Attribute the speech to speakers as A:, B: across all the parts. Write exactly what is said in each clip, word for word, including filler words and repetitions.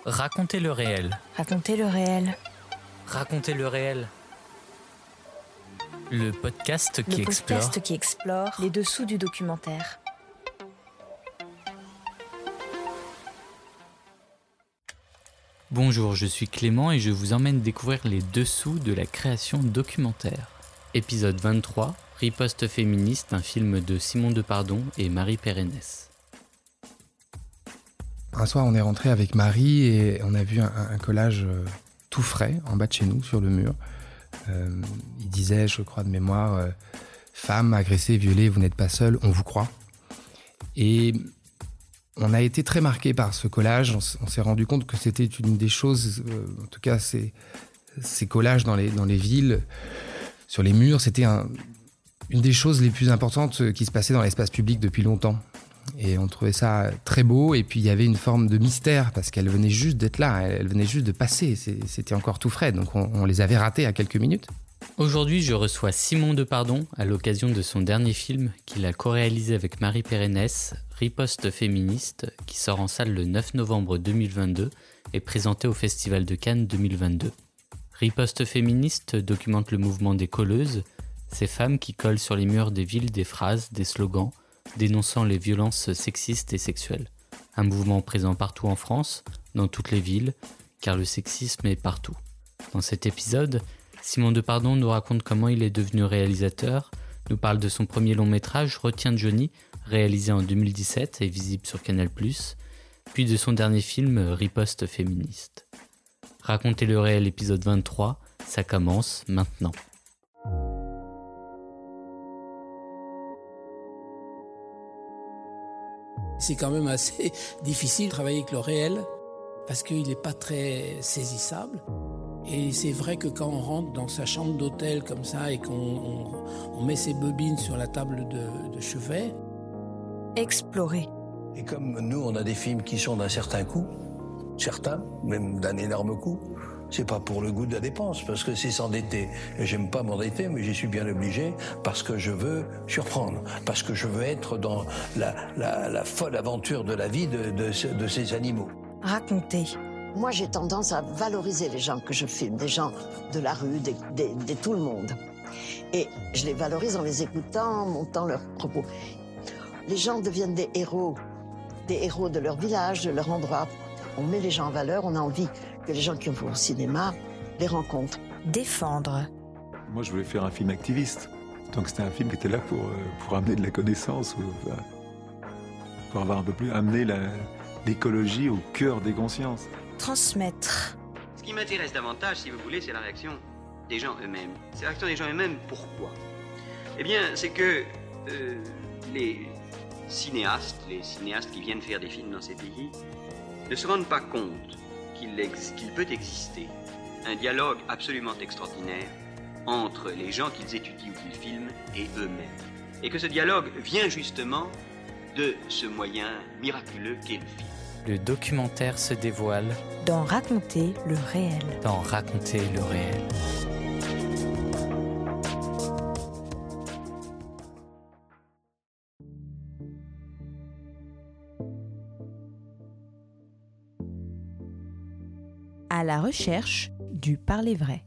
A: Racontez le réel.
B: Racontez le réel.
A: Racontez le réel. Le podcast qui
B: Le
A: explore.
B: podcast qui explore les dessous du documentaire.
A: Bonjour, je suis Clément et je vous emmène découvrir les dessous de la création documentaire. Épisode vingt-trois, Riposte féministe, un film de Simon Depardon et Marie Pérenès.
C: Un soir, on est rentré avec Marie et on a vu un, un collage euh, tout frais en bas de chez nous, sur le mur. Euh, il disait, je crois de mémoire, euh, « Femme agressée, violée, vous n'êtes pas seule, on vous croit ». Et on a été très marqués par ce collage. On, s- on s'est rendu compte que c'était une des choses, euh, en tout cas ces, ces collages dans les, dans les villes, sur les murs, c'était un, une des choses les plus importantes qui se passait dans l'espace public depuis longtemps. Et on trouvait ça très beau, et puis il y avait une forme de mystère, parce qu'elle venait juste d'être là, elle venait juste de passer, C'est- c'était encore tout frais, donc on, on les avait ratés à quelques minutes.
A: Aujourd'hui, je reçois Simon Depardon à l'occasion de son dernier film qu'il a co-réalisé avec Marie Pérenès, Riposte féministe, qui sort en salle le neuf novembre deux mille vingt-deux et présenté au Festival de Cannes deux mille vingt-deux. Riposte féministe documente le mouvement des colleuses, ces femmes qui collent sur les murs des villes des phrases, des slogans, dénonçant les violences sexistes et sexuelles. Un mouvement présent partout en France, dans toutes les villes, car le sexisme est partout. Dans cet épisode, Simon Depardon nous raconte comment il est devenu réalisateur, nous parle de son premier long métrage, Retiens Johnny, réalisé en deux mille dix-sept et visible sur Canal plus, puis de son dernier film, Riposte féministe. Racontez le réel, épisode vingt-trois, ça commence maintenant.
D: C'est quand même assez difficile de travailler avec le réel parce qu'il n'est pas très saisissable. Et c'est vrai que quand on rentre dans sa chambre d'hôtel comme ça et qu'on on, on met ses bobines sur la table de, de chevet.
B: Explorer.
E: Et comme nous, on a des films qui sont d'un certain coût, certains, même d'un énorme coût, c'est pas pour le goût de la dépense, parce que c'est s'endetter. Et j'aime pas m'endetter, mais j'y suis bien obligé, parce que je veux surprendre, parce que je veux être dans la, la, la folle aventure de la vie de, de, ce- de ces animaux.
B: Raconter.
F: Moi, j'ai tendance à valoriser les gens que je filme, des gens de la rue, des, des- de tout le monde. Et je les valorise en les écoutant, en montant leurs propos. Les gens deviennent des héros, des héros de leur village, de leur endroit. On met les gens en valeur, on a envie que les gens qui vont au cinéma les rencontrent.
B: Défendre.
G: Moi, je voulais faire un film activiste. Donc, c'était un film qui était là pour, euh, pour amener de la connaissance, ou, enfin, pour avoir un peu plus amené la- l'écologie au cœur des consciences.
B: Transmettre.
H: Ce qui m'intéresse davantage, si vous voulez, c'est la réaction des gens eux-mêmes. C'est la réaction des gens eux-mêmes, pourquoi? Eh bien, c'est que euh, les cinéastes, les cinéastes qui viennent faire des films dans ces pays, ne se rendent pas compte qu'il, ex- qu'il peut exister un dialogue absolument extraordinaire entre les gens qu'ils étudient ou qu'ils filment et eux-mêmes. Et que ce dialogue vient justement de ce moyen miraculeux qu'est le film.
A: Le documentaire se dévoile
B: Dans Raconter le réel.
A: dans Raconter le réel.
B: À la recherche du parler vrai.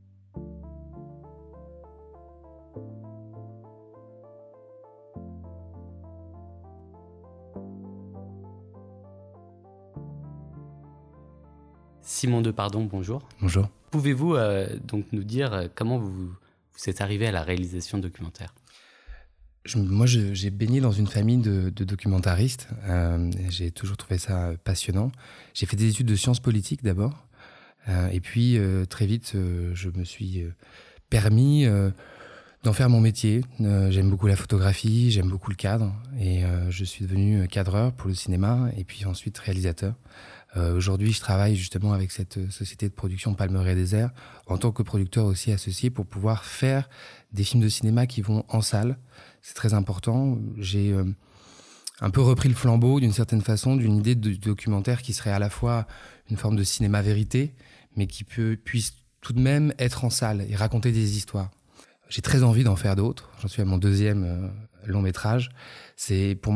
A: Simon Depardon, bonjour.
C: Bonjour.
A: Pouvez-vous euh, donc nous dire euh, comment vous, vous êtes arrivé à la réalisation documentaire?
C: Je- moi, je- j'ai baigné dans une famille de, de documentaristes. Euh, j'ai toujours trouvé ça passionnant. J'ai fait des études de sciences politiques d'abord. Euh, et puis, euh, très vite, euh, je me suis euh, permis euh, d'en faire mon métier. Euh, j'aime beaucoup la photographie, j'aime beaucoup le cadre. Et euh, je suis devenu cadreur pour le cinéma et puis ensuite réalisateur. Euh, aujourd'hui, je travaille justement avec cette société de production Palmeraie Désert en tant que producteur aussi associé pour pouvoir faire des films de cinéma qui vont en salle. C'est très important. J'ai euh, un peu repris le flambeau d'une certaine façon d'une idée de documentaire qui serait à la fois une forme de cinéma vérité, mais qui peut, puisse tout de même être en salle et raconter des histoires. J'ai très envie d'en faire d'autres. J'en suis à mon deuxième euh, long métrage. C'est pour moi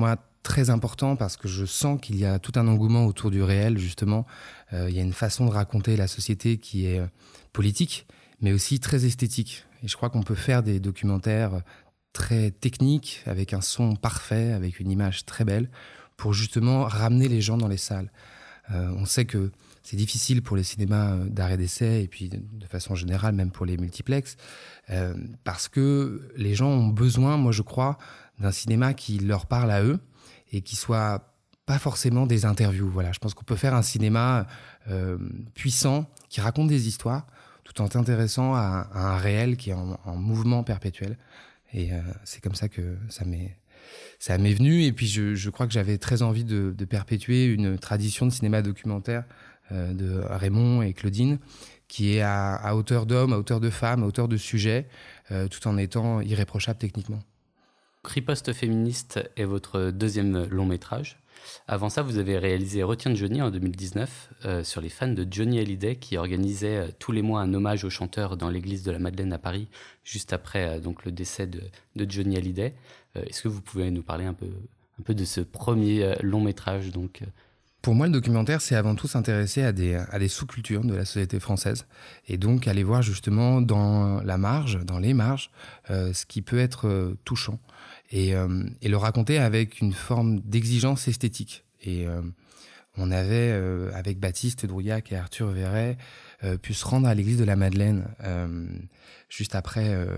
C: très important parce que je sens qu'il y a tout un engouement autour du réel, justement. Euh, il y a une façon de raconter la société qui est politique, mais aussi très esthétique. Et je crois qu'on peut faire des documentaires très techniques, avec un son parfait, avec une image très belle, pour justement ramener les gens dans les salles. Euh, on sait que c'est difficile pour les cinémas d'art et d'essai, et puis de, de façon générale, même pour les multiplexes, euh, parce que les gens ont besoin, moi je crois, d'un cinéma qui leur parle à eux, et qui soit pas forcément des interviews. Voilà, je pense qu'on peut faire un cinéma euh, puissant, qui raconte des histoires, tout en s'intéressant à, à un réel qui est en, en mouvement perpétuel. Et euh, c'est comme ça que ça m'est, ça m'est venu. Et puis je, je crois que j'avais très envie de, de perpétuer une tradition de cinéma documentaire euh, de Raymond et Claudine, qui est à, à hauteur d'homme, à hauteur de femme, à hauteur de sujet, euh, tout en étant irréprochable techniquement.
A: Riposte féministe est votre deuxième long métrage. Avant ça, vous avez réalisé Retiens Johnny en deux mille dix-neuf euh, sur les fans de Johnny Hallyday qui organisaient euh, tous les mois un hommage au chanteur dans l'église de la Madeleine à Paris, juste après euh, donc, le décès de, de Johnny Hallyday. Euh, est-ce que vous pouvez nous parler un peu, un peu de ce premier euh, long métrage donc, euh...
C: Pour moi, le documentaire, c'est avant tout s'intéresser à des, à des sous-cultures de la société française et donc aller voir justement dans la marge, dans les marges, euh, ce qui peut être euh, touchant. Et, euh, et le raconter avec une forme d'exigence esthétique. Et euh, on avait, euh, avec Baptiste Drouillac et Arthur Verret, euh, pu se rendre à l'église de la Madeleine, euh, juste après euh,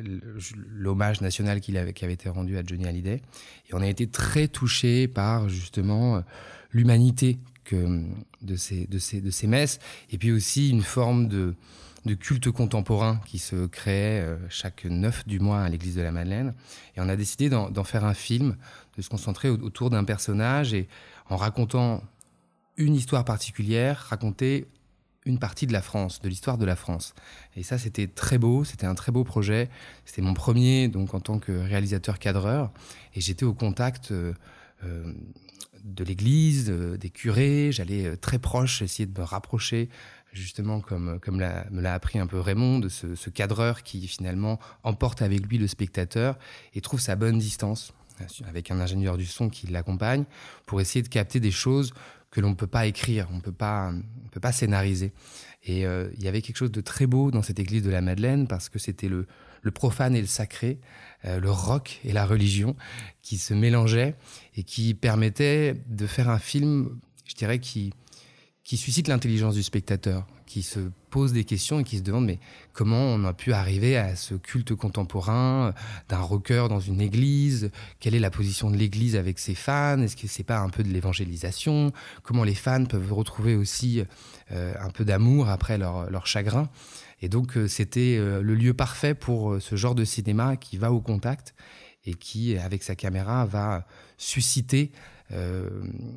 C: l'hommage national qu'il avait, qui avait été rendu à Johnny Hallyday. Et on a été très touchés par, justement, l'humanité que, de, ces, de, ces, de ces messes, et puis aussi une forme de... de culte contemporain qui se créait euh, chaque neuf du mois à l'église de la Madeleine. Et on a décidé d'en, d'en faire un film, de se concentrer au, autour d'un personnage et en racontant une histoire particulière, raconter une partie de la France, de l'histoire de la France. Et ça, c'était très beau, c'était un très beau projet. C'était mon premier donc, en tant que réalisateur-cadreur. Et j'étais au contact euh, euh, de l'église, euh, des curés. J'allais euh, très proche, essayer de me rapprocher justement comme, comme l'a, me l'a appris un peu Raymond, de ce, ce cadreur qui finalement emporte avec lui le spectateur et trouve sa bonne distance avec un ingénieur du son qui l'accompagne pour essayer de capter des choses que l'on ne peut pas écrire, on ne peut pas, on peut pas scénariser. Et euh, il y avait quelque chose de très beau dans cette église de la Madeleine parce que c'était le, le profane et le sacré, euh, le rock et la religion qui se mélangeaient et qui permettaient de faire un film, je dirais, qui... qui suscite l'intelligence du spectateur, qui se pose des questions et qui se demande mais comment on a pu arriver à ce culte contemporain d'un rocker dans une église, quelle est la position de l'église avec ses fans, est-ce que c'est pas un peu de l'évangélisation, comment les fans peuvent retrouver aussi euh, un peu d'amour après leur, leur chagrin. Et donc euh, c'était euh, le lieu parfait pour euh, ce genre de cinéma qui va au contact et qui, avec sa caméra, va susciter Euh,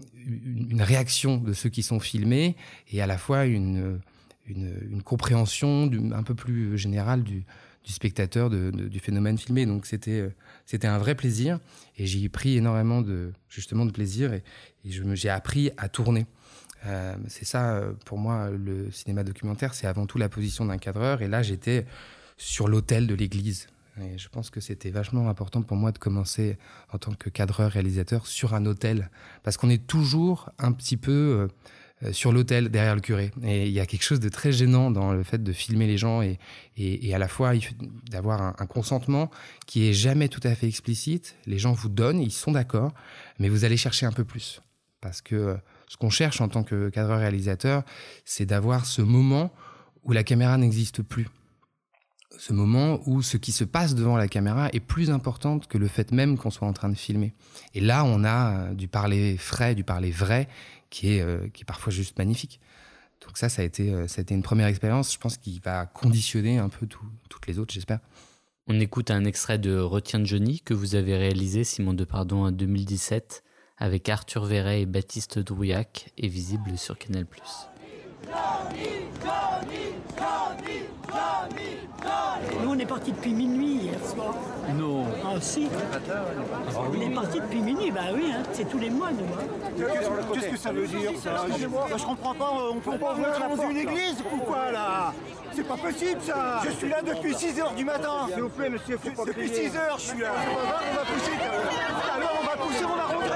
C: une réaction de ceux qui sont filmés et à la fois une, une, une compréhension du, un peu plus générale du, du spectateur de, de, du phénomène filmé. Donc c'était, c'était un vrai plaisir et j'y ai pris énormément de, justement de plaisir et, et je me, j'ai appris à tourner. Euh, c'est ça, pour moi, le cinéma documentaire, c'est avant tout la position d'un cadreur et là j'étais sur l'autel de l'église. Et je pense que c'était vachement important pour moi de commencer en tant que cadreur-réalisateur sur un autel. Parce qu'on est toujours un petit peu euh, sur l'autel derrière le curé. Et il y a quelque chose de très gênant dans le fait de filmer les gens et, et, et à la fois il faut d'avoir un, un consentement qui est jamais tout à fait explicite. Les gens vous donnent, ils sont d'accord, mais vous allez chercher un peu plus. Parce que euh, ce qu'on cherche en tant que cadreur-réalisateur, c'est d'avoir ce moment où la caméra n'existe plus. Ce moment où ce qui se passe devant la caméra est plus important que le fait même qu'on soit en train de filmer. Et là, on a du parler frais, du parler vrai, qui est, euh, qui est parfois juste magnifique. Donc ça, ça a été, euh, ça a été une première expérience, je pense, qui va conditionner un peu tout, toutes les autres, j'espère.
A: On écoute un extrait de Retiens Johnny que vous avez réalisé, Simon Depardon, en deux mille dix-sept, avec Arthur Verret et Baptiste Drouillac, et visible sur Canal plus.
I: Johnny, Johnny, Johnny, Johnny, Johnny. Nous, on est partis depuis minuit hier soir.
J: Non.
I: Ah, si. On est partis depuis minuit, bah oui, hein, c'est tous les mois, nous. Hein.
J: Qu'est-ce que ça veut dire, ça? Je, je comprends pas, on peut pas rentrer dans une église ou quoi, là? C'est pas possible, ça. Je suis là depuis six heures du matin. S'il vous plaît, monsieur, faut pas crier. Depuis six heures, je suis là. On va pousser. Alors, on va pousser, on va rentrer.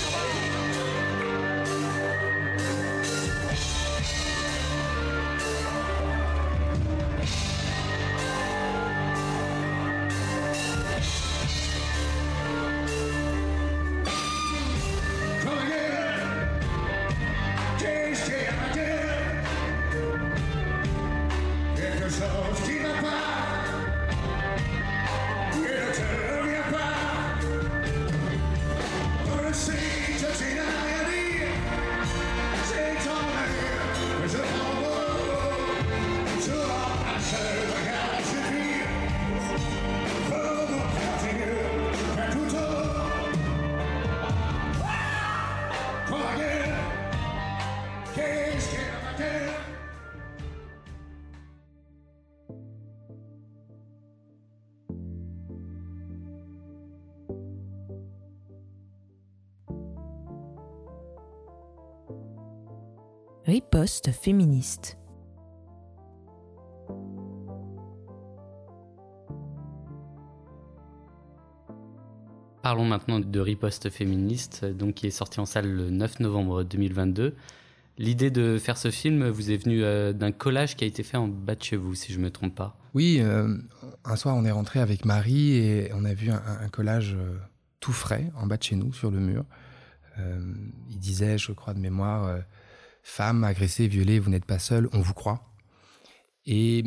B: Riposte féministe.
A: Parlons maintenant de Riposte féministe, donc qui est sorti en salle le neuf novembre deux mille vingt-deux. L'idée de faire ce film vous est venue euh, d'un collage qui a été fait en bas de chez vous, si je ne me trompe pas.
C: Oui, euh, un soir on est rentré avec Marie et on a vu un, un collage euh, tout frais en bas de chez nous, sur le mur. Euh, il disait, je crois de mémoire... Euh, Femmes agressées, violées, vous n'êtes pas seules, on vous croit. Et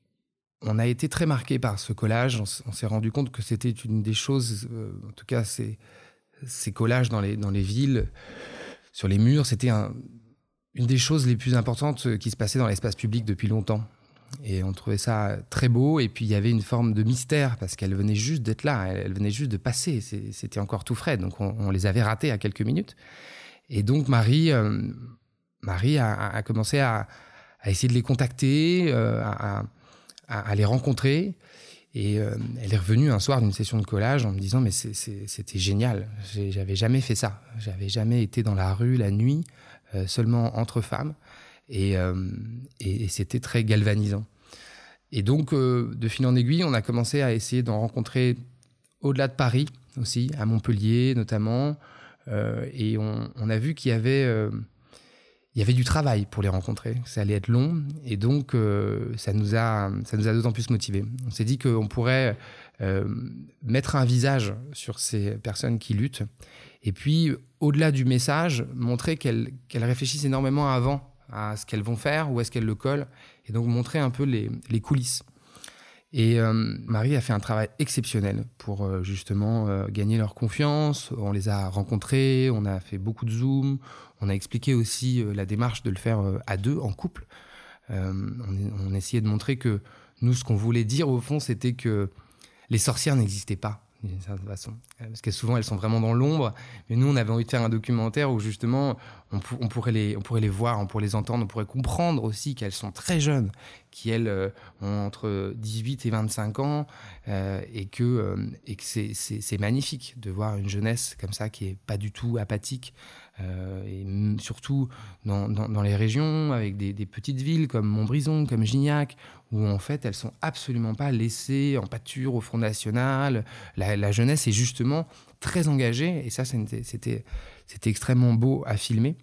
C: on a été très marqués par ce collage. On, on s'est rendu compte que c'était une des choses, euh, en tout cas ces, ces collages dans les, dans les villes, sur les murs, c'était un, une des choses les plus importantes qui se passait dans l'espace public depuis longtemps. Et on trouvait ça très beau. Et puis il y avait une forme de mystère parce qu'elle venait juste d'être là, elle, elle venait juste de passer. C'est, c'était encore tout frais, donc on, on les avait ratés à quelques minutes. Et donc Marie... Euh, Marie a, a commencé à, à essayer de les contacter, euh, à, à, à les rencontrer. Et euh, elle est revenue un soir d'une session de collage en me disant « mais c'est, c'est, c'était génial, J'ai, j'avais jamais fait ça. J'avais jamais été dans la rue la nuit, euh, seulement entre femmes. Et, euh, et, et c'était très galvanisant. » Et donc, euh, de fil en aiguille, on a commencé à essayer d'en rencontrer au-delà de Paris aussi, à Montpellier notamment. Euh, et on, on a vu qu'il y avait... Euh, Il y avait du travail pour les rencontrer, ça allait être long, et donc euh, ça nous a, ça nous a d'autant plus motivés. On s'est dit qu'on pourrait euh, mettre un visage sur ces personnes qui luttent, et puis au-delà du message, montrer qu'elles, qu'elles réfléchissent énormément avant à ce qu'elles vont faire, où est-ce qu'elles le collent, et donc montrer un peu les, les coulisses. Et euh, Marie a fait un travail exceptionnel pour euh, justement euh, gagner leur confiance. On les a rencontrés, on a fait beaucoup de Zoom, on a expliqué aussi euh, la démarche de le faire euh, à deux, en couple. Euh, on, on essayait de montrer que nous, ce qu'on voulait dire au fond, c'était que les sorcières n'existaient pas d'une certaine façon. Parce que souvent, elles sont vraiment dans l'ombre. Mais nous, on avait envie de faire un documentaire où justement, on, pour, on, pourrait, les, on pourrait les voir, on pourrait les entendre, on pourrait comprendre aussi qu'elles sont très jeunes, qui elles euh, ont entre dix-huit et vingt-cinq ans, euh, et que, euh, et que c'est, c'est, c'est magnifique de voir une jeunesse comme ça qui est pas du tout apathique, euh, et m- surtout dans, dans, dans les régions, avec des, des petites villes comme Montbrison, comme Gignac, où en fait elles sont absolument pas laissées en pâture au Front National. La, la jeunesse est justement très engagée, et ça c'était, c'était, c'était extrêmement beau à filmer.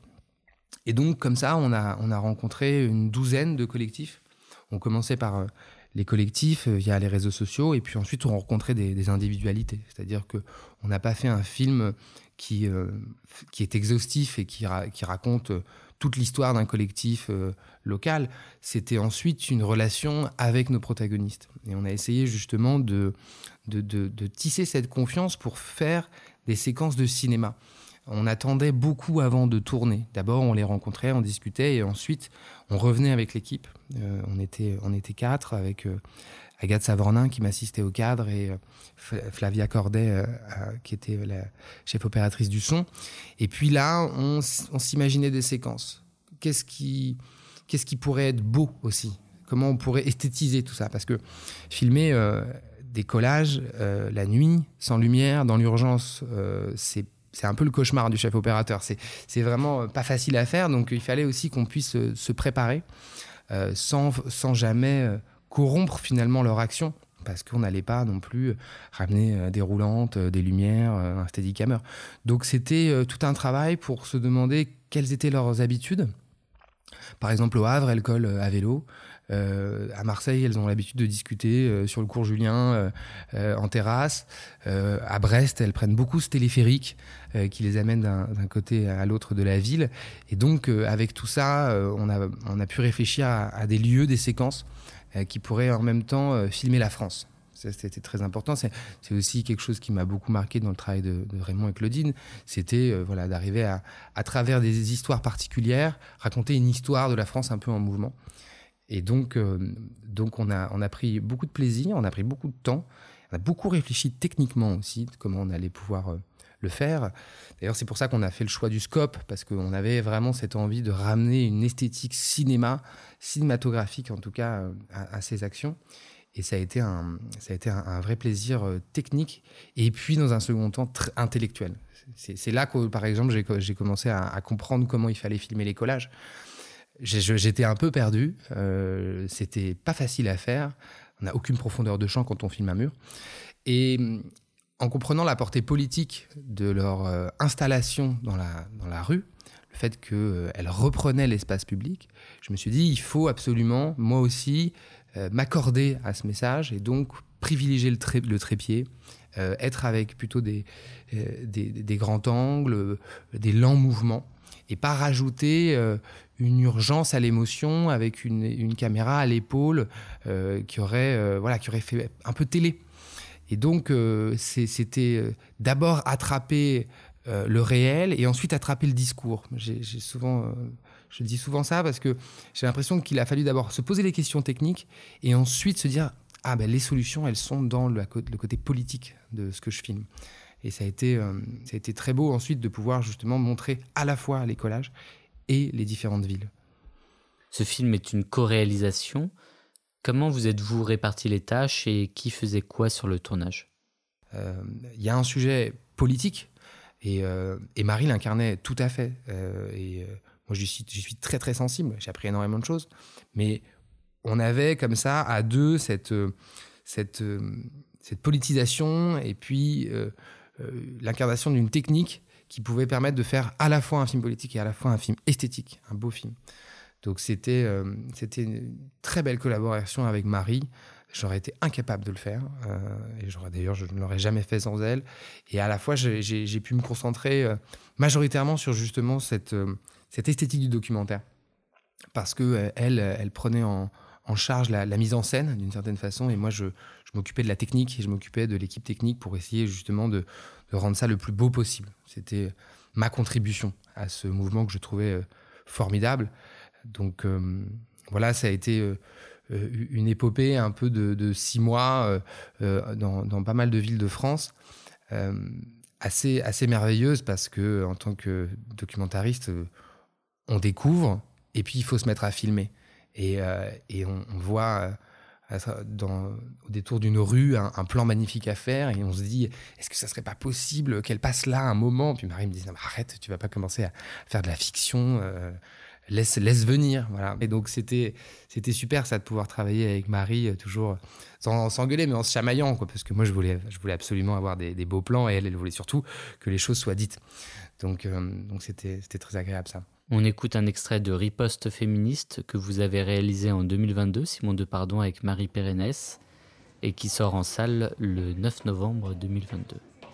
C: Et donc comme ça, on a, on a rencontré une douzaine de collectifs. On commençait par les collectifs via les réseaux sociaux, et puis ensuite on rencontrait des, des individualités. C'est-à-dire qu'on n'a pas fait un film qui, euh, qui est exhaustif et qui, ra- qui raconte toute l'histoire d'un collectif euh, local. C'était ensuite une relation avec nos protagonistes. Et on a essayé justement de, de, de, de tisser cette confiance pour faire des séquences de cinéma. On attendait beaucoup avant de tourner. D'abord, on les rencontrait, on discutait, et ensuite, on revenait avec l'équipe. Euh, on était, on était quatre, avec euh, Agathe Savornin qui m'assistait au cadre, et euh, Flavia Cordet, euh, euh, qui était la chef opératrice du son. Et puis là, on, on s'imaginait des séquences. Qu'est-ce qui, qu'est-ce qui pourrait être beau aussi ? Comment on pourrait esthétiser tout ça ? Parce que filmer euh, des collages euh, la nuit, sans lumière, dans l'urgence, euh, c'est C'est un peu le cauchemar du chef opérateur. C'est, c'est vraiment pas facile à faire. Donc, il fallait aussi qu'on puisse se préparer euh, sans, sans jamais corrompre finalement leur action. parce qu'on n'allait pas non plus ramener des roulantes, des lumières, un steadicammer. Donc c'était tout un travail pour se demander quelles étaient leurs habitudes. Par exemple, au Havre, elles collent à vélo. Euh, à Marseille, elles ont l'habitude de discuter euh, sur le cours Julien euh, euh, en terrasse. Euh, à Brest, elles prennent beaucoup ce téléphérique euh, qui les amène d'un, d'un côté à l'autre de la ville. Et donc, euh, avec tout ça, euh, on, a, on a pu réfléchir à, à des lieux, des séquences euh, qui pourraient en même temps euh, filmer la France. Ça, c'était très important. C'est, c'est aussi quelque chose qui m'a beaucoup marqué dans le travail de, de Raymond et Claudine. C'était euh, voilà, d'arriver à, à travers des histoires particulières, raconter une histoire de la France un peu en mouvement. Et donc, euh, donc on, a, on a pris beaucoup de plaisir, on a pris beaucoup de temps, on a beaucoup réfléchi techniquement aussi de comment on allait pouvoir euh, le faire. D'ailleurs, c'est pour ça qu'on a fait le choix du scope, parce qu'on avait vraiment cette envie de ramener une esthétique cinéma, cinématographique en tout cas, euh, à, à ces actions. Et ça a été un, ça a été un, un vrai plaisir euh, technique, et puis dans un second temps, très intellectuel. C'est, c'est là que, par exemple, j'ai, j'ai commencé à, à comprendre comment il fallait filmer les collages. J'étais un peu perdu, euh, c'était pas facile à faire, on n'a aucune profondeur de champ quand on filme un mur. Et en comprenant la portée politique de leur euh, installation dans la, dans la rue, le fait qu'elles euh, reprenaient l'espace public, je me suis dit, il faut absolument, moi aussi, euh, m'accorder à ce message et donc privilégier le, tré- le trépied, euh, être avec plutôt des, euh, des, des grands angles, euh, des lents mouvements, et pas rajouter euh, une urgence à l'émotion avec une, une caméra à l'épaule euh, qui, aurait, euh, voilà, qui aurait fait un peu télé. Et donc, euh, c'est, c'était euh, d'abord attraper euh, le réel et ensuite attraper le discours. J'ai, j'ai souvent, euh, je dis souvent ça parce que j'ai l'impression qu'il a fallu d'abord se poser les questions techniques et ensuite se dire « Ah ben les solutions, elles sont dans le, le côté politique de ce que je filme ». Et ça a été, euh, ça a été très beau ensuite de pouvoir justement montrer à la fois les collages et les différentes villes.
A: Ce film est une co-réalisation. Comment vous êtes-vous répartis les tâches et qui faisait quoi sur le tournage ?
C: Euh, y a un sujet politique et, euh, et Marie l'incarnait tout à fait. Euh, et euh, moi, j'y suis, j'y suis très très sensible. J'ai appris énormément de choses. Mais on avait comme ça à deux cette, cette, cette politisation et puis... Euh, Euh, l'incarnation d'une technique qui pouvait permettre de faire à la fois un film politique et à la fois un film esthétique, un beau film. Donc c'était, euh, c'était une très belle collaboration avec Marie. J'aurais été incapable de le faire. Euh, et j'aurais, d'ailleurs, je ne l'aurais jamais fait sans elle. Et à la fois, j'ai, j'ai, j'ai pu me concentrer euh, majoritairement sur justement cette, euh, cette esthétique du documentaire. Parce qu'elle, elle, elle prenait en, en charge la, la mise en scène d'une certaine façon. Et moi, je... Je m'occupais de la technique et je m'occupais de l'équipe technique pour essayer justement de, de rendre ça le plus beau possible. C'était ma contribution à ce mouvement que je trouvais euh, formidable. Donc euh, voilà, ça a été euh, une épopée un peu de, de six mois euh, euh, dans, dans pas mal de villes de France, euh, assez, assez merveilleuse parce que en tant que documentariste, euh, on découvre et puis il faut se mettre à filmer. Et, euh, et on, on voit... Euh, Dans, au détour d'une rue, un, un plan magnifique à faire, et on se dit, est-ce que ça serait pas possible qu'elle passe là un moment ? Puis Marie me dit, non, arrête, tu vas pas commencer à faire de la fiction, euh, laisse, laisse venir, voilà. Et donc c'était, c'était super ça de pouvoir travailler avec Marie, toujours sans s'engueuler, mais en se chamaillant, quoi, parce que moi je voulais, je voulais absolument avoir des, des beaux plans, et elle, elle voulait surtout que les choses soient dites. Donc, euh, donc c'était, c'était très agréable ça.
A: On écoute un extrait de Riposte féministe que vous avez réalisé en deux mille vingt-deux, Simon Depardon avec Marie Pérenesse, et qui sort en salle le neuf novembre deux mille vingt-deux.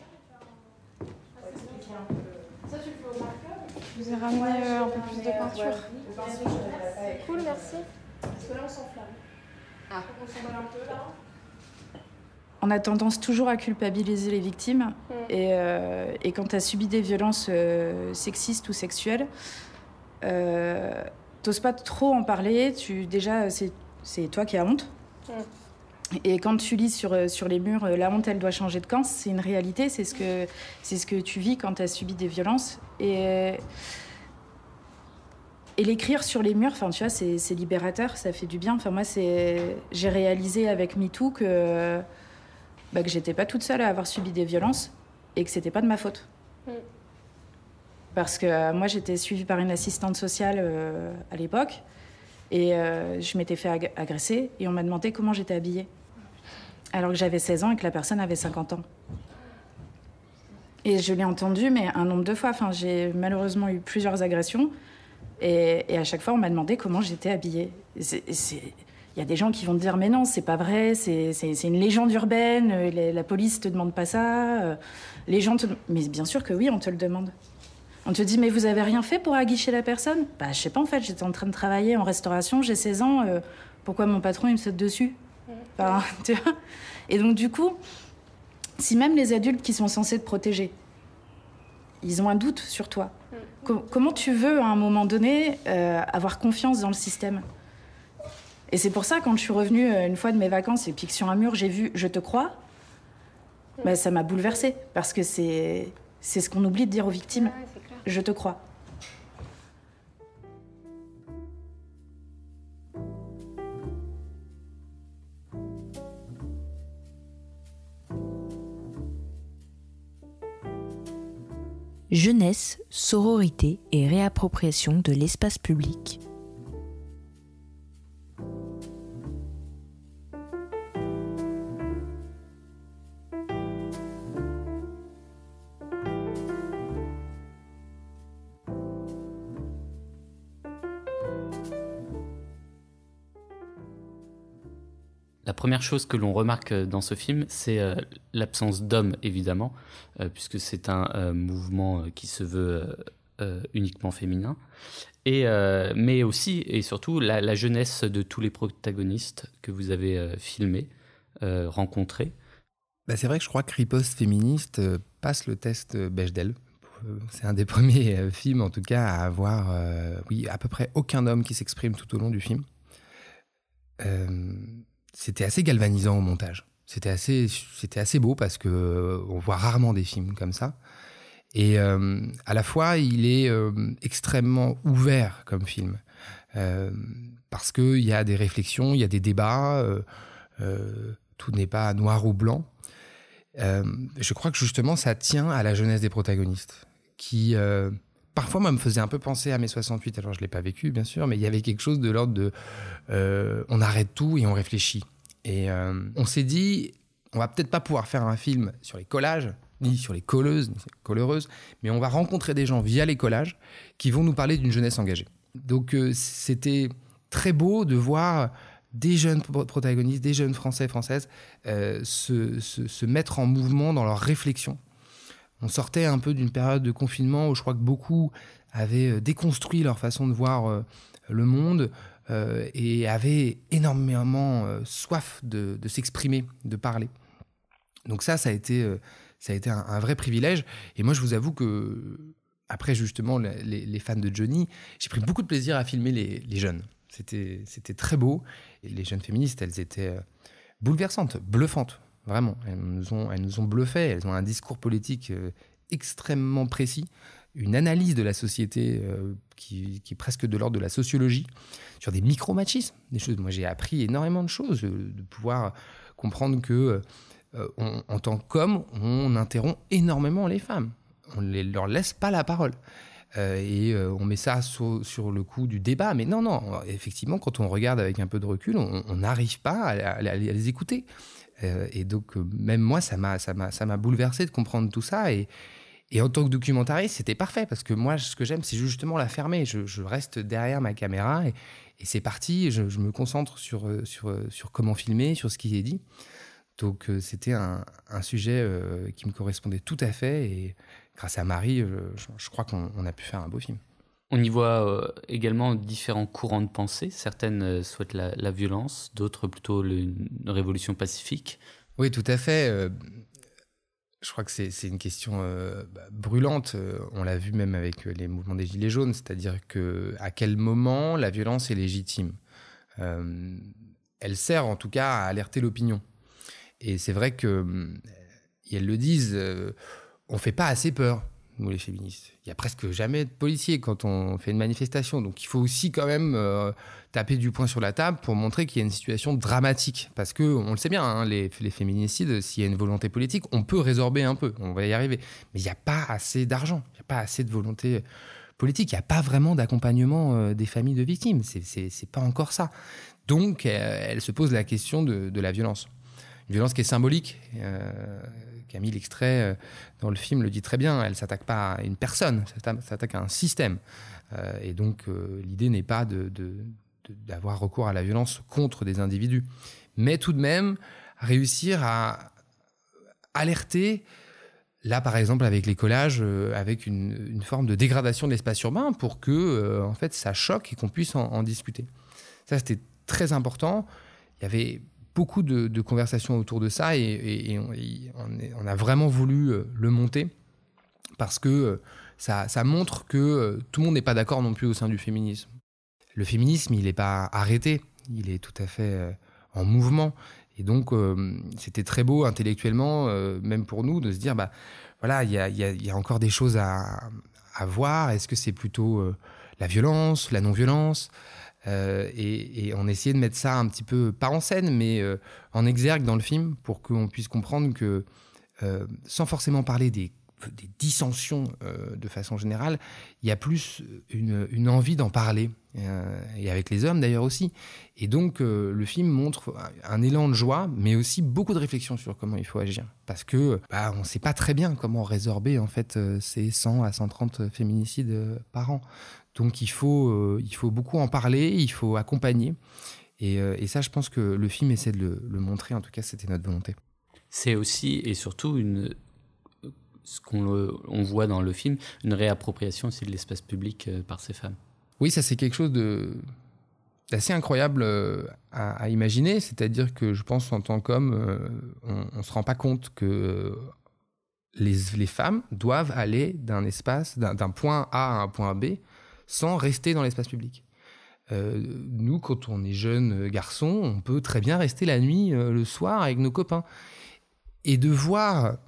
K: Je vous ai ramené euh, un peu plus de peinture. Cool, merci. Parce que là, on s'enflamme. Ah. On s'emballe un peu, là. On a tendance toujours à culpabiliser les victimes. Mmh. Et, euh, et quand tu as subi des violences euh, sexistes ou sexuelles, euh, t'oses pas trop en parler. Tu, déjà, c'est, c'est toi qui as honte. Mmh. Et quand tu lis sur, sur les murs, la honte, elle doit changer de camp, c'est une réalité. C'est ce que, c'est ce que tu vis quand tu as subi des violences. Et, et l'écrire sur les murs, tu vois, c'est, c'est libérateur, ça fait du bien. Enfin, moi, c'est, j'ai réalisé avec MeToo que... Bah, que j'étais pas toute seule à avoir subi des violences et que c'était pas de ma faute. Mm. Parce que euh, moi, j'étais suivie par une assistante sociale euh, à l'époque et euh, je m'étais fait ag- agresser et on m'a demandé comment j'étais habillée. alors que j'avais seize ans et que la personne avait cinquante ans. Et je l'ai entendu, mais un nombre de fois. Enfin, j'ai malheureusement eu plusieurs agressions. Et, et à chaque fois, on m'a demandé comment j'étais habillée. C'est, c'est... Il y a des gens qui vont te dire « mais non, c'est pas vrai, c'est, c'est, c'est une légende urbaine, la, la police te demande pas ça, les gens te... » Mais bien sûr que oui, on te le demande. On te dit « mais vous avez rien fait pour aguicher la personne ?» Bah je sais pas en fait, j'étais en train de travailler en restauration, j'ai seize ans, euh, pourquoi mon patron il me saute dessus ? Enfin, tu vois ? Et donc du coup, si même les adultes qui sont censés te protéger, ils ont un doute sur toi, com- comment tu veux à un moment donné euh, avoir confiance dans le système ? Et c'est pour ça, quand je suis revenue une fois de mes vacances et puis que sur un mur, j'ai vu « Je te crois », bah, ça m'a bouleversée. Parce que c'est, c'est ce qu'on oublie de dire aux victimes. Ouais, c'est clair. « Je te crois ».
B: Jeunesse, sororité et réappropriation de l'espace public.
A: La première chose que l'on remarque dans ce film, c'est euh, l'absence d'hommes, évidemment, euh, puisque c'est un euh, mouvement qui se veut euh, euh, uniquement féminin, et, euh, mais aussi et surtout la, la jeunesse de tous les protagonistes que vous avez euh, filmés, euh, rencontrés.
C: Bah c'est vrai que je crois que Riposte féministe euh, passe le test Bechdel. C'est un des premiers euh, films, en tout cas, à avoir euh, oui, à peu près aucun homme qui s'exprime tout au long du film. Euh, C'était assez galvanisant au montage. C'était assez, c'était assez beau parce que euh, on voit rarement des films comme ça. Et euh, à la fois, il est euh, extrêmement ouvert comme film. Euh, parce qu'il y a des réflexions, il y a des débats. Euh, euh, tout n'est pas noir ou blanc. Euh, je crois que justement, ça tient à la jeunesse des protagonistes. Qui, euh, parfois, moi, me faisait un peu penser à mai soixante-huit. Alors, je ne l'ai pas vécu, bien sûr, mais il y avait quelque chose de l'ordre de... Euh, on arrête tout et on réfléchit. Et euh, on s'est dit, on va peut-être pas pouvoir faire un film sur les collages, ni sur les colleuses, ni sur les collereuses, mais on va rencontrer des gens via les collages qui vont nous parler d'une jeunesse engagée. Donc euh, c'était très beau de voir des jeunes protagonistes, des jeunes Français, Françaises, euh, se, se, se mettre en mouvement dans leur réflexion. On sortait un peu d'une période de confinement où je crois que beaucoup avaient déconstruit leur façon de voir euh, le monde, Euh, et avait énormément euh, soif de, de s'exprimer, de parler. Donc ça, ça a été, euh, ça a été un, un vrai privilège. Et moi, je vous avoue que, après justement les, les fans de Johnny, j'ai pris beaucoup de plaisir à filmer les, les jeunes. C'était, c'était très beau. Et les jeunes féministes, elles étaient euh, bouleversantes, bluffantes, vraiment. Elles nous ont, elles nous ont bluffé. Elles ont un discours politique euh, extrêmement précis, une analyse de la société euh, qui, qui est presque de l'ordre de la sociologie, sur des micro-machismes, des choses. Moi, j'ai appris énormément de choses, euh, de pouvoir comprendre que, euh, on, en tant qu'homme, on interrompt énormément les femmes. On ne leur laisse pas la parole. Euh, et euh, on met ça sur, sur le coup du débat. Mais non, non, effectivement, quand on regarde avec un peu de recul, on n'arrive pas à, à, à les écouter. Euh, et donc, euh, même moi, ça m'a, ça m'a, ça m'a bouleversé de comprendre tout ça. Et, Et en tant que documentariste, c'était parfait parce que moi, ce que j'aime, c'est justement la fermer. Je, je reste derrière ma caméra et, et c'est parti. Je, je me concentre sur, sur, sur comment filmer, sur ce qui est dit. Donc, euh, c'était un, un sujet euh, qui me correspondait tout à fait. Et grâce à Marie, euh, je, je crois qu'on on a pu faire un beau film.
A: On y voit euh, également différents courants de pensée. Certaines euh, souhaitent la, la violence, d'autres plutôt le, une révolution pacifique.
C: Oui, tout à fait. Euh, Je crois que c'est, c'est une question euh, bah, brûlante. Euh, on l'a vu même avec les mouvements des Gilets jaunes, c'est-à-dire que à quel moment la violence est légitime. Euh, elle sert en tout cas à alerter l'opinion. Et c'est vrai que, et elles le disent, euh, on fait pas assez peur, nous les féministes. Il y a presque jamais de policiers quand on fait une manifestation. Donc il faut aussi quand même euh, taper du poing sur la table pour montrer qu'il y a une situation dramatique. Parce que, on le sait bien, hein, les, les féminicides, s'il y a une volonté politique, on peut résorber un peu, on va y arriver. Mais il n'y a pas assez d'argent, il n'y a pas assez de volonté politique, il n'y a pas vraiment d'accompagnement euh, des familles de victimes. C'est, c'est, c'est pas encore ça. Donc, euh, elle se pose la question de, de la violence. une violence qui est symbolique. Euh, Camille, l'extrait euh, dans le film, le dit très bien. Elle ne s'attaque pas à une personne, elle s'attaque à un système. Euh, et donc, euh, l'idée n'est pas de, de, de, d'avoir recours à la violence contre des individus. Mais tout de même, réussir à alerter, là, par exemple, avec les collages, euh, avec une, une forme de dégradation de l'espace urbain pour que, euh, en fait, ça choque et qu'on puisse en, en discuter. Ça, c'était très important. Il y avait beaucoup de, de conversations autour de ça et, et, et on, et on, est, on a vraiment voulu le monter parce que ça, ça montre que tout le monde n'est pas d'accord non plus au sein du féminisme. Le féminisme, il n'est pas arrêté, il est tout à fait en mouvement. Et donc, euh, c'était très beau intellectuellement, euh, même pour nous, de se dire, bah, voilà, il y a, y a, y a encore des choses à, à voir. Est-ce que c'est plutôt euh, la violence, la non-violence ? Euh, et, et on essayait de mettre ça un petit peu, pas en scène, mais euh, en exergue dans le film, pour qu'on puisse comprendre que, euh, sans forcément parler des, des dissensions euh, de façon générale, il y a plus une, une envie d'en parler, euh, et avec les hommes d'ailleurs aussi. Et donc, euh, le film montre un élan de joie, mais aussi beaucoup de réflexion sur comment il faut agir. Parce que bah, on ne sait pas très bien comment résorber en fait, ces cent à cent trente féminicides par an. Donc il faut, euh, il faut beaucoup en parler, il faut accompagner. Et, euh, et ça, je pense que le film essaie de le, le montrer. En tout cas, c'était notre volonté.
A: C'est aussi et surtout une, ce qu'on le, on voit dans le film, une réappropriation aussi de l'espace public euh, par ces femmes.
C: Oui, ça c'est quelque chose de, d'assez incroyable euh, à, à imaginer. C'est-à-dire que je pense en tant qu'homme, euh, on ne se rend pas compte que euh, les, les femmes doivent aller d'un espace, d'un, d'un point A à un point B, sans rester dans l'espace public. Euh, nous, quand on est jeune garçon, on peut très bien rester la nuit, euh, le soir, avec nos copains. Et de voir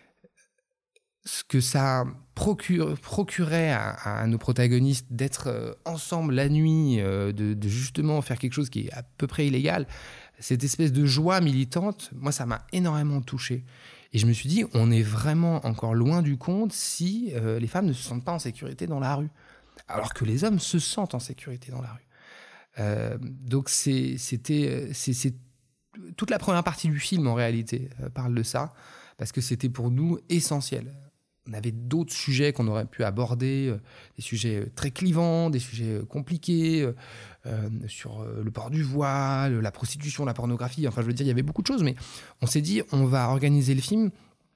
C: ce que ça procure, procurait à, à nos protagonistes d'être euh, ensemble la nuit, euh, de, de justement faire quelque chose qui est à peu près illégal, cette espèce de joie militante, moi, ça m'a énormément touché. Et je me suis dit, on est vraiment encore loin du compte si euh, les femmes ne se sentent pas en sécurité dans la rue. Alors que les hommes se sentent en sécurité dans la rue. Euh, donc c'est, c'était, c'est, c'est toute la première partie du film en réalité euh, parle de ça parce que c'était pour nous essentiel. On avait d'autres sujets qu'on aurait pu aborder, euh, des sujets très clivants, des sujets compliqués euh, sur euh, le port du voile, la prostitution, la pornographie. Enfin, je veux dire, il y avait beaucoup de choses, mais on s'est dit, on va organiser le film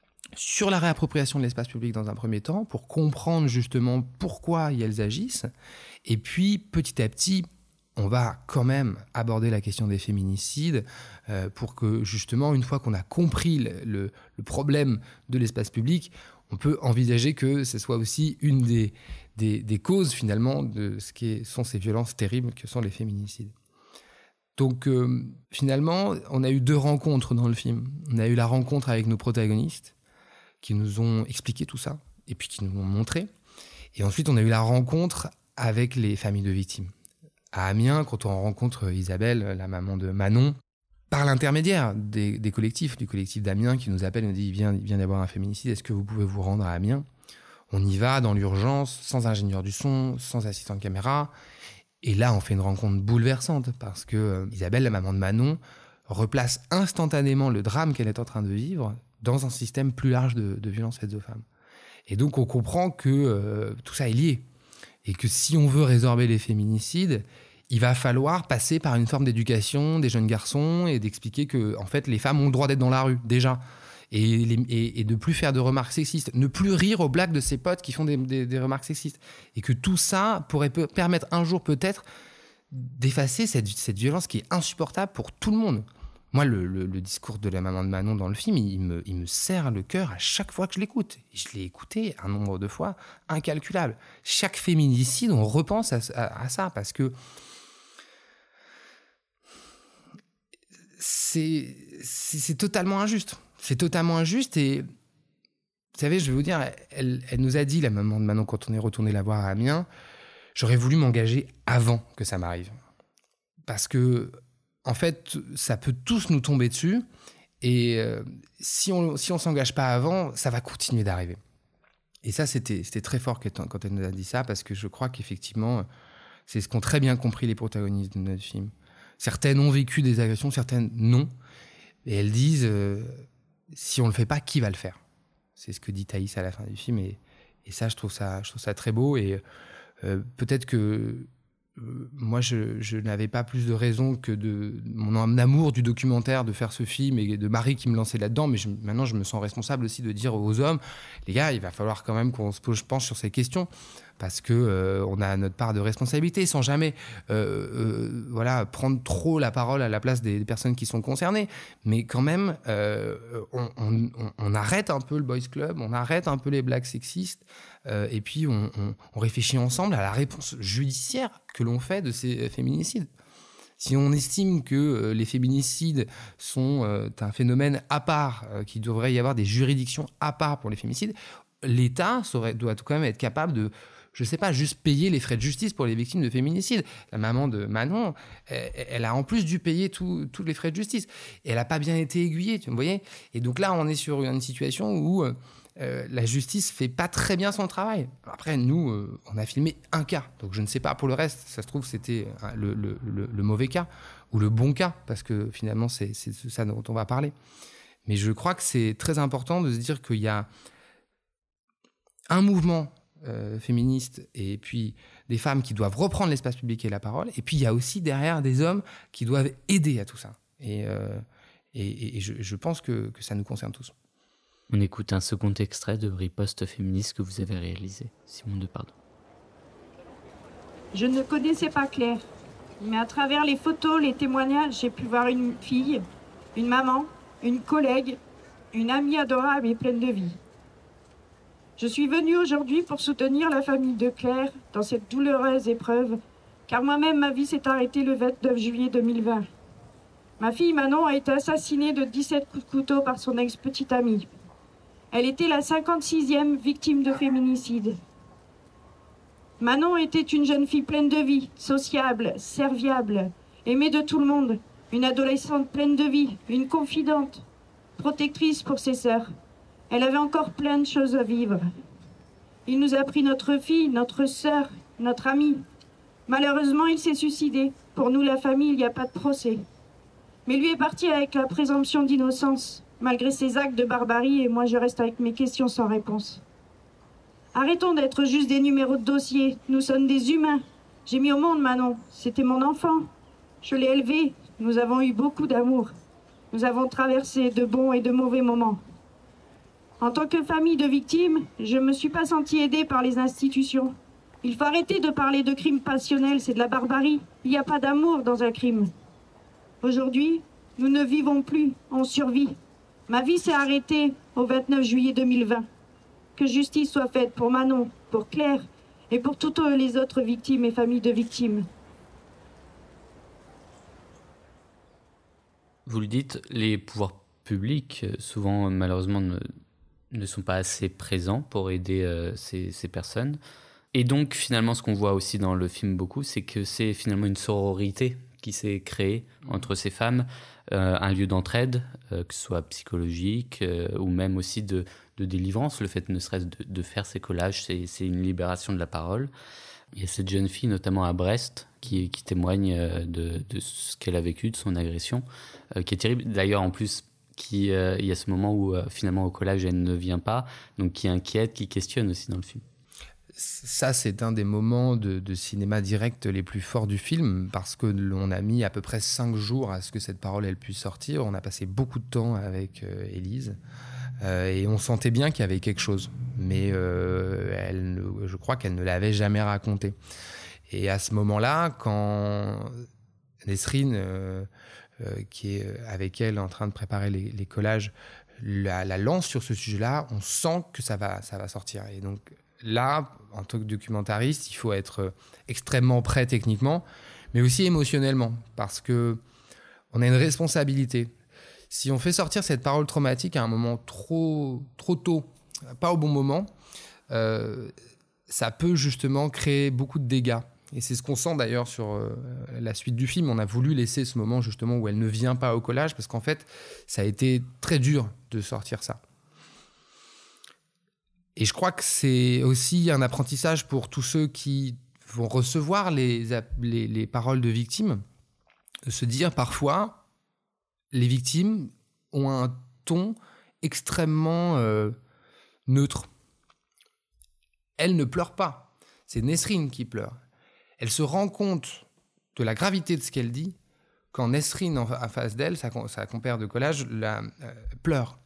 C: sur la réappropriation de l'espace public dans un premier temps, pour comprendre justement pourquoi elles agissent. Et puis, petit à petit, on va quand même aborder la question des féminicides euh, pour que, justement, une fois qu'on a compris le, le, le problème de l'espace public, on peut envisager que ce soit aussi une des, des, des causes, finalement, de ce qui sont ces violences terribles que sont les féminicides. Donc, euh, finalement, on a eu deux rencontres dans le film. On a eu la rencontre avec nos protagonistes, qui nous ont expliqué tout ça, et puis qui nous ont montré. Et ensuite, on a eu la rencontre avec les familles de victimes. À Amiens, quand on rencontre Isabelle, la maman de Manon, par l'intermédiaire des, des collectifs, du collectif d'Amiens, qui nous appelle et nous dit « il vient, il vient d'avoir un féminicide, est-ce que vous pouvez vous rendre à Amiens ?» On y va dans l'urgence, sans ingénieur du son, sans assistant de caméra. Et là, on fait une rencontre bouleversante, parce que euh, Isabelle, la maman de Manon, replace instantanément le drame qu'elle est en train de vivre dans un système plus large de, de violences faites aux femmes. Et donc, on comprend que euh, tout ça est lié. Et que si on veut résorber les féminicides, il va falloir passer par une forme d'éducation des jeunes garçons et d'expliquer que, en fait, les femmes ont le droit d'être dans la rue, déjà. Et, les, et, et de plus faire de remarques sexistes. Ne plus rire aux blagues de ses potes qui font des, des, des remarques sexistes. Et que tout ça pourrait peut, permettre un jour, peut-être, d'effacer cette, cette violence qui est insupportable pour tout le monde. Moi, le, le, le discours de la maman de Manon dans le film, il me, il me serre le cœur à chaque fois que je l'écoute. Et je l'ai écouté un nombre de fois incalculable. Chaque féminicide, on repense à, à, à ça, parce que c'est, c'est, c'est totalement injuste. C'est totalement injuste. Et vous savez, je vais vous dire, elle, elle nous a dit, la maman de Manon, quand on est retourné la voir à Amiens, j'aurais voulu m'engager avant que ça m'arrive. Parce que en fait, ça peut tous nous tomber dessus. Et euh, si on si on s'engage pas avant, ça va continuer d'arriver. Et ça, c'était, c'était très fort quand elle nous a dit ça, parce que je crois qu'effectivement, c'est ce qu'ont très bien compris les protagonistes de notre film. Certaines ont vécu des agressions, certaines non. et elles disent euh, si on le fait pas, qui va le faire? C'est ce que dit Thaïs à la fin du film, et, et ça, je trouve ça, je trouve ça très beau. Et euh, peut-être que euh, moi, je, je n'avais pas plus de raison que de mon amour du documentaire de faire ce film et de Marie qui me lançait là-dedans. Mais je, maintenant, je me sens responsable aussi de dire aux hommes, les gars, il va falloir quand même qu'on se penche sur ces questions. Parce qu'on euh, a notre part de responsabilité, sans jamais euh, euh, voilà, prendre trop la parole à la place des, des personnes qui sont concernées. Mais quand même, euh, on, on, on arrête un peu le boys club, on arrête un peu les blagues sexistes, euh, et puis on, on, on réfléchit ensemble à la réponse judiciaire que l'on fait de ces féminicides. Si on estime que euh, les féminicides sont euh, un phénomène à part, euh, qu'il devrait y avoir des juridictions à part pour les féminicides, l'État saurait, doit quand même être capable de, je sais pas, juste payer les frais de justice pour les victimes de féminicide. La maman de Manon, elle, elle a en plus dû payer tous les frais de justice. Et elle n'a pas bien été aiguillée, tu voyez. Et donc là, on est sur une situation où euh, la justice fait pas très bien son travail. Après, nous, euh, on a filmé un cas. Donc je ne sais pas pour le reste. Ça se trouve, c'était le, le, le, le mauvais cas ou le bon cas, parce que finalement, c'est, c'est ça dont on va parler. Mais je crois que c'est très important de se dire qu'il y a un mouvement Euh, féministes et puis des femmes qui doivent reprendre l'espace public et la parole, et puis il y a aussi derrière des hommes qui doivent aider à tout ça, et, euh, et, et je, je pense que, que ça nous concerne tous.
A: On écoute un second extrait de Riposte féministe que vous avez réalisé, Simon Depardon.
L: Je ne connaissais pas Claire, mais à travers les photos, les témoignages, j'ai pu voir une fille, une maman, une collègue, une amie adorable et pleine de vie. Je suis venue aujourd'hui pour soutenir la famille de Claire dans cette douloureuse épreuve, car moi-même, ma vie s'est arrêtée le vingt-neuf juillet deux mille vingt. Ma fille Manon a été assassinée de dix-sept coups de couteau par son ex-petite amie. Elle était la cinquante-sixième victime de féminicide. Manon était une jeune fille pleine de vie, sociable, serviable, aimée de tout le monde, une adolescente pleine de vie, une confidente, protectrice pour ses sœurs. Elle avait encore plein de choses à vivre. Il nous a pris notre fille, notre sœur, notre amie. Malheureusement, il s'est suicidé. Pour nous, la famille, il n'y a pas de procès. Mais lui est parti avec la présomption d'innocence, malgré ses actes de barbarie, et moi, je reste avec mes questions sans réponse. Arrêtons d'être juste des numéros de dossier. Nous sommes des humains. J'ai mis au monde Manon. C'était mon enfant. Je l'ai élevée. Nous avons eu beaucoup d'amour. Nous avons traversé de bons et de mauvais moments. En tant que famille de victimes, je ne me suis pas sentie aidée par les institutions. Il faut arrêter de parler de crimes passionnels, c'est de la barbarie. Il n'y a pas d'amour dans un crime. Aujourd'hui, nous ne vivons plus, on survit. Ma vie s'est arrêtée au vingt-neuf juillet deux mille vingt. Que justice soit faite pour Manon, pour Claire et pour toutes les autres victimes et familles de victimes.
A: Vous le dites, les pouvoirs publics, souvent malheureusement, ne... ne sont pas assez présents pour aider euh, ces, ces personnes. Et donc, finalement, ce qu'on voit aussi dans le film beaucoup, c'est que c'est finalement une sororité qui s'est créée entre ces femmes, euh, un lieu d'entraide, euh, que ce soit psychologique euh, ou même aussi de, de délivrance. Le fait ne serait-ce de, de faire ces collages, c'est, c'est une libération de la parole. Il y a cette jeune fille, notamment à Brest, qui, qui témoigne de, de ce qu'elle a vécu, de son agression, euh, qui est terrible. D'ailleurs, en plus, Qui, euh, il y a ce moment où euh, finalement au collège elle ne vient pas, donc qui inquiète, qui questionne aussi dans le film.
C: Ça, c'est un des moments de, de cinéma direct les plus forts du film, parce que l'on a mis à peu près cinq jours à ce que cette parole elle puisse sortir. On a passé beaucoup de temps avec euh, Élise euh, et on sentait bien qu'il y avait quelque chose, mais euh, elle ne, je crois qu'elle ne l'avait jamais raconté. Et à ce moment-là, quand Nesrine euh, Euh, qui est avec elle en train de préparer les, les collages, la, la lance sur ce sujet-là, on sent que ça va, ça va sortir. Et donc là, en tant que documentariste, il faut être extrêmement prêt techniquement, mais aussi émotionnellement, parce qu'on a une responsabilité. Si on fait sortir cette parole traumatique à un moment trop, trop tôt, pas au bon moment, euh, ça peut justement créer beaucoup de dégâts. Et c'est ce qu'on sent d'ailleurs sur euh, la suite du film. On a voulu laisser ce moment justement où elle ne vient pas au collage, parce qu'en fait, ça a été très dur de sortir ça. Et je crois que c'est aussi un apprentissage pour tous ceux qui vont recevoir les, les, les paroles de victimes, de se dire parfois, les victimes ont un ton extrêmement euh, neutre. Elle ne pleure pas. C'est Nesrine qui pleure. Elle se rend compte de la gravité de ce qu'elle dit quand Nesrine, en face d'elle, sa, sa compère de collège, la, euh, pleure.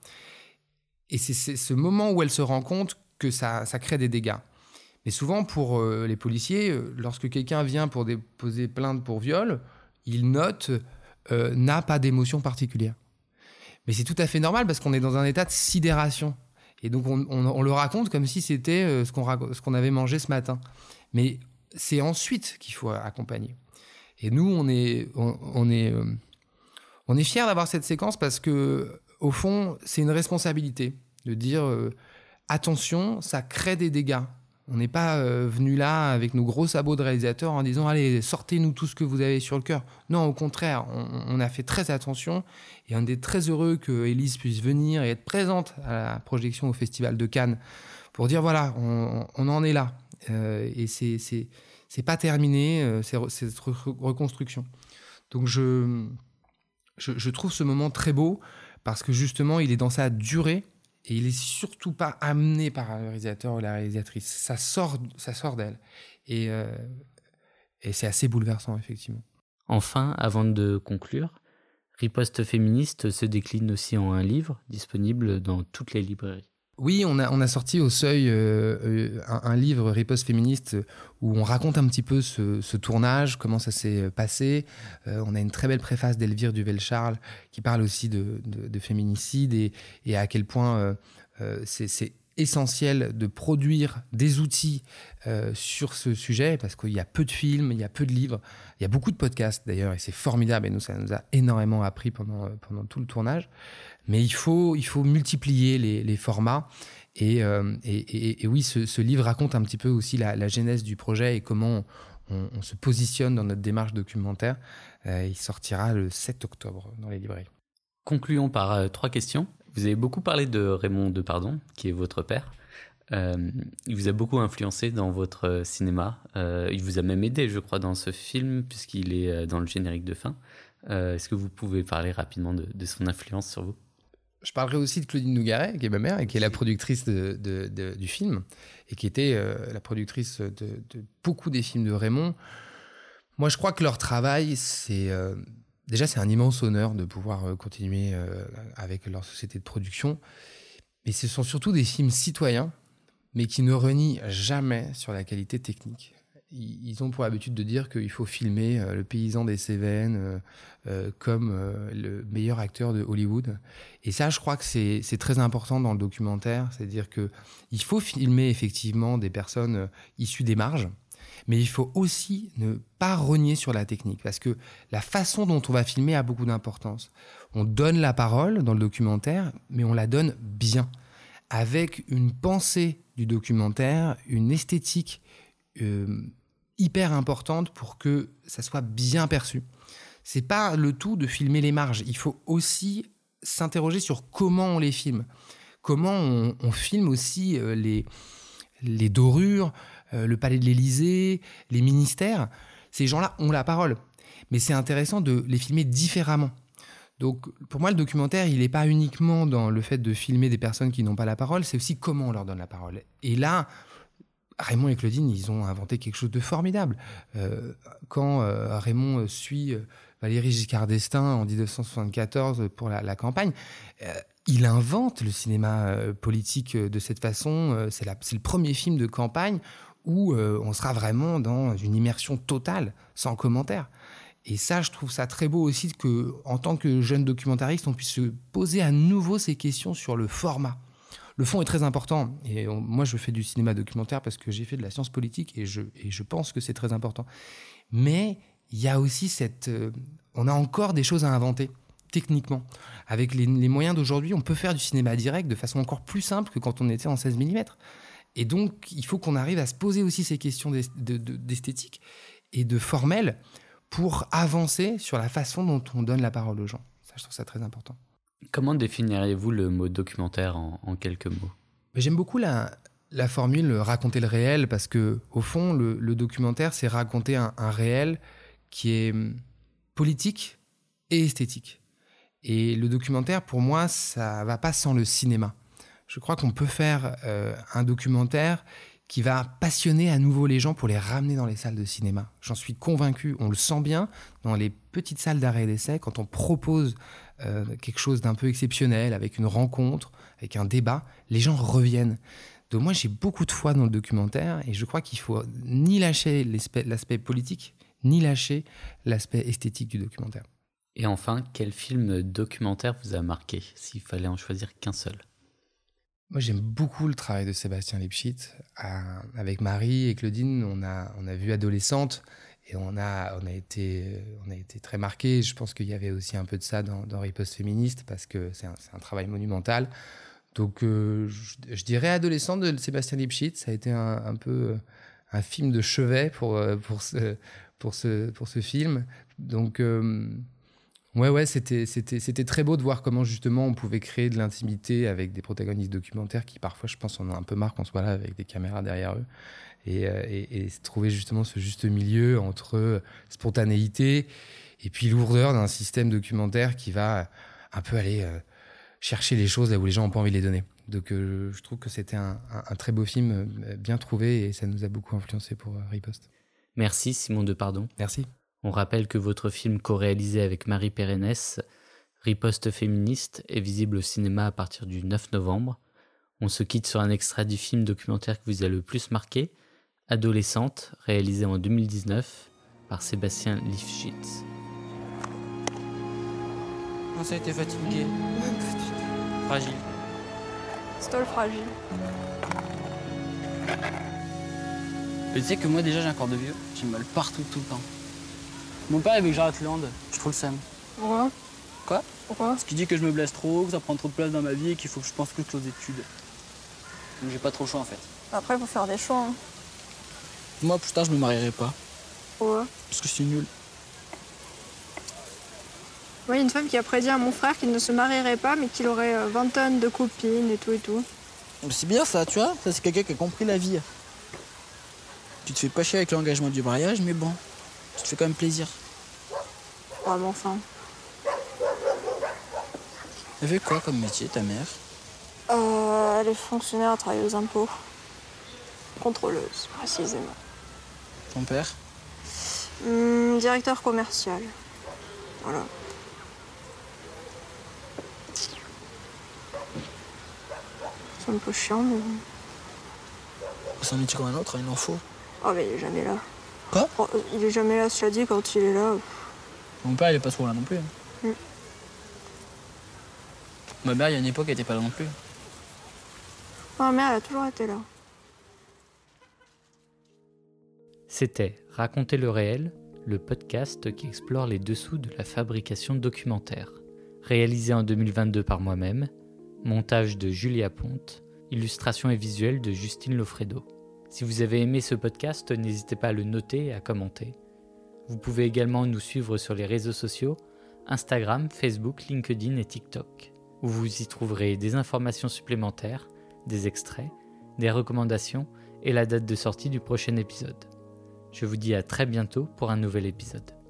C: Et c'est, c'est ce moment où elle se rend compte que ça, ça crée des dégâts. Mais souvent, pour euh, les policiers, euh, lorsque quelqu'un vient pour déposer plainte pour viol, il note euh, « n'a pas d'émotion particulière ». Mais c'est tout à fait normal parce qu'on est dans un état de sidération. Et donc, on, on, on le raconte comme si c'était euh, ce, qu'on, ce qu'on avait mangé ce matin. Mais c'est ensuite qu'il faut accompagner. Et nous, on est, on, on est, euh, on est fiers d'avoir cette séquence parce que, au fond, c'est une responsabilité de dire euh, attention, ça crée des dégâts. On n'est pas euh, venu là avec nos gros sabots de réalisateurs en disant allez, sortez-nous tout ce que vous avez sur le cœur. Non, au contraire, on, on a fait très attention et on est très heureux que Élise puisse venir et être présente à la projection au Festival de Cannes pour dire voilà, on, on en est là euh, et c'est, c'est c'est pas terminé, euh, c'est, c'est cette reconstruction. Donc je, je je trouve ce moment très beau parce que justement il est dans sa durée. Et il n'est surtout pas amené par le réalisateur ou la réalisatrice. Ça sort, ça sort d'elle. Et, euh, et c'est assez bouleversant, effectivement.
A: Enfin, avant de conclure, Riposte féministe se décline aussi en un livre disponible dans toutes les librairies.
C: Oui, on a, on a sorti au Seuil euh, un, un livre, Riposte féministe, où on raconte un petit peu ce, ce tournage, comment ça s'est passé. Euh, on a une très belle préface d'Elvire Duvel-Charles qui parle aussi de, de, de féminicide et, et à quel point euh, euh, c'est, c'est essentiel de produire des outils euh, sur ce sujet parce qu'il y a peu de films, il y a peu de livres, il y a beaucoup de podcasts d'ailleurs et c'est formidable et nous, ça nous a énormément appris pendant, pendant tout le tournage. Mais il faut, il faut multiplier les, les formats. Et, euh, et, et, et oui, ce, ce livre raconte un petit peu aussi la, la genèse du projet et comment on, on se positionne dans notre démarche documentaire. Euh, il sortira le sept octobre dans les librairies.
A: Concluons par euh, trois questions. Vous avez beaucoup parlé de Raymond Depardon, qui est votre père. Euh, il vous a beaucoup influencé dans votre cinéma. Euh, il vous a même aidé, je crois, dans ce film, puisqu'il est dans le générique de fin. Euh, est-ce que vous pouvez parler rapidement de, de son influence sur vous ?
C: Je parlerai aussi de Claudine Nougaret, qui est ma mère et qui est la productrice de, de, de, du film et qui était euh, la productrice de, de beaucoup des films de Raymond. Moi, je crois que leur travail, c'est... Euh, déjà, c'est un immense honneur de pouvoir euh, continuer euh, avec leur société de production. Mais ce sont surtout des films citoyens, mais qui ne renient jamais sur la qualité technique. Ils ont pour habitude de dire qu'il faut filmer euh, le paysan des Cévennes euh, euh, comme euh, le meilleur acteur de Hollywood. Et ça, je crois que c'est, c'est très important dans le documentaire. C'est-à-dire qu'il faut filmer effectivement des personnes euh, issues des marges, mais il faut aussi ne pas renier sur la technique. Parce que la façon dont on va filmer a beaucoup d'importance. On donne la parole dans le documentaire, mais on la donne bien. Avec une pensée du documentaire, une esthétique euh, hyper importante pour que ça soit bien perçu. C'est pas le tout de filmer les marges. Il faut aussi s'interroger sur comment on les filme. Comment on, on filme aussi euh, les, les dorures, euh, le palais de l'Élysée, les ministères. Ces gens-là ont la parole. Mais c'est intéressant de les filmer différemment. Donc, pour moi, le documentaire, il n'est pas uniquement dans le fait de filmer des personnes qui n'ont pas la parole, c'est aussi comment on leur donne la parole. Et là, Raymond et Claudine, ils ont inventé quelque chose de formidable. Euh, quand euh, Raymond suit euh, Valéry Giscard d'Estaing en dix-neuf cent soixante-quatorze pour la, la campagne, euh, il invente le cinéma euh, politique de cette façon. Euh, c'est, la, c'est le premier film de campagne où euh, on sera vraiment dans une immersion totale, sans commentaire. Et ça, je trouve ça très beau aussi qu'en tant que jeune documentariste, on puisse se poser à nouveau ces questions sur le format. Le fond est très important. Et on, moi, je fais du cinéma documentaire parce que j'ai fait de la science politique et je, et je pense que c'est très important. Mais il y a aussi cette... Euh, on a encore des choses à inventer, techniquement. Avec les, les moyens d'aujourd'hui, on peut faire du cinéma direct de façon encore plus simple que quand on était en seize millimètres. Et donc, il faut qu'on arrive à se poser aussi ces questions d'est- de, de, d'esthétique et de formel pour avancer sur la façon dont on donne la parole aux gens. Ça, je trouve ça très important.
A: Comment définiriez-vous le mot documentaire en, en quelques mots ?
C: J'aime beaucoup la, la formule « raconter le réel » parce qu'au fond, le, le documentaire, c'est raconter un, un réel qui est politique et esthétique. Et le documentaire, pour moi, ça va pas sans le cinéma. Je crois qu'on peut faire euh, un documentaire qui va passionner à nouveau les gens pour les ramener dans les salles de cinéma. J'en suis convaincu, on le sent bien dans les petites salles d'arrêt et d'essai, quand on propose euh, quelque chose d'un peu exceptionnel, avec une rencontre, avec un débat, les gens reviennent. Donc moi, j'ai beaucoup de foi dans le documentaire et je crois qu'il faut ni lâcher l'aspect, l'aspect politique, ni lâcher l'aspect esthétique du documentaire.
A: Et enfin, quel film documentaire vous a marqué, s'il fallait en choisir qu'un seul ?
C: Moi, j'aime beaucoup le travail de Sébastien Lipchitz. Euh, avec Marie et Claudine, on a, on a vu Adolescente et on a, on, a été, on a été très marqués. Je pense qu'il y avait aussi un peu de ça dans, dans Riposte féministe parce que c'est un, c'est un travail monumental. Donc, euh, je, je dirais Adolescente de Sébastien Lipchitz. Ça a été un, un peu un film de chevet pour, pour, ce, pour, ce, pour ce film. Donc... Euh, Ouais, ouais, c'était, c'était, c'était très beau de voir comment justement on pouvait créer de l'intimité avec des protagonistes documentaires qui parfois, je pense, en ont un peu marre qu'on soit là avec des caméras derrière eux. Et, et, et trouver justement ce juste milieu entre spontanéité et puis lourdeur d'un système documentaire qui va un peu aller euh, chercher les choses là où les gens n'ont pas envie de les donner. Donc euh, je trouve que c'était un, un, un très beau film, euh, bien trouvé, et ça nous a beaucoup influencé pour euh, Riposte.
A: Merci Simon Depardon.
C: Merci.
A: On rappelle que votre film co-réalisé avec Marie Pérenès, Riposte féministe, est visible au cinéma à partir du neuf novembre. On se quitte sur un extrait du film documentaire qui vous a le plus marqué, Adolescente, réalisé en deux mille dix-neuf par Sébastien Lipchitz.
M: Comment ça, t'es fatigué? Fragile.
K: C'est toi le fragile.
M: Mais tu sais que moi déjà j'ai un corps de vieux, j'ai mal partout tout le temps. Mon père il veut que j'arrête le hand, je trouve le seum.
K: Pourquoi?
M: Quoi?
K: Pourquoi?
M: Parce qu'il dit que je me blesse trop, que ça prend trop de place dans ma vie et qu'il faut que je pense plus aux études. Donc j'ai pas trop le choix en fait.
K: Après, il faut faire des choix. Hein.
M: Moi plus tard je me marierai pas.
K: Pourquoi?
M: Parce que je suis nul.
K: Oui, une femme qui a prédit à mon frère qu'il ne se marierait pas, mais qu'il aurait vingt tonnes de copines et tout et tout.
M: C'est bien ça, tu vois, ça c'est quelqu'un qui a compris la vie. Tu te fais pas chier avec l'engagement du mariage, mais bon, tu te fais quand même plaisir.
K: Ouais, mais enfin.
M: Elle fait quoi comme métier, ta mère?
K: Euh, elle est fonctionnaire, elle travaille aux impôts. Contrôleuse, précisément.
M: Ton père?
K: Hum, directeur commercial. Voilà. C'est un peu chiant, mais bon.
M: C'est un métier comme un autre, il en faut.
K: Ah, mais il est jamais là.
M: Quoi?
K: Oh, il est jamais là, cela dit, quand il est là.
M: Mon père, il est pas souvent là non plus.
K: Mm.
M: Ma mère, il y a une époque, elle était pas là non plus.
K: Ma mère, elle a toujours été là.
A: C'était Raconter le réel, le podcast qui explore les dessous de la fabrication documentaire. Réalisé en deux mille vingt-deux par moi-même, montage de Julia Ponte, illustration et visuel de Justine Lofredo. Si vous avez aimé ce podcast, n'hésitez pas à le noter et à commenter. Vous pouvez également nous suivre sur les réseaux sociaux, Instagram, Facebook, LinkedIn et TikTok, où vous y trouverez des informations supplémentaires, des extraits, des recommandations et la date de sortie du prochain épisode. Je vous dis à très bientôt pour un nouvel épisode.